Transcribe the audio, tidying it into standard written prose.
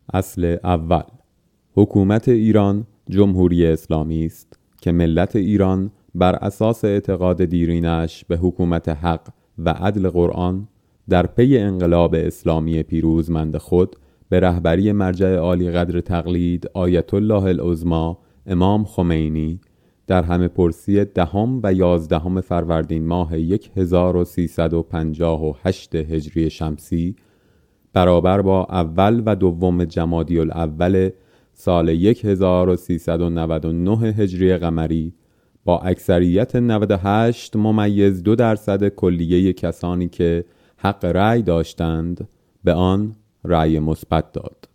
اصل اول: حکومت ایران جمهوری اسلامی است که ملت ایران بر اساس اعتقاد دیرینش به حکومت حق و عدل قرآن در پی انقلاب اسلامی پیروزمند خود به رهبری مرجع عالی قدر تقلید آیت الله العظمی امام خمینی در همه پرسی 10 و 11 فروردین ماه 1358 هجری شمسی برابر با اول و دوم جمادی الاول سال 1399 هجری قمری با اکثریت 98.2% کلیه کسانی که حق رأی داشتند به آن رأی مثبت داد.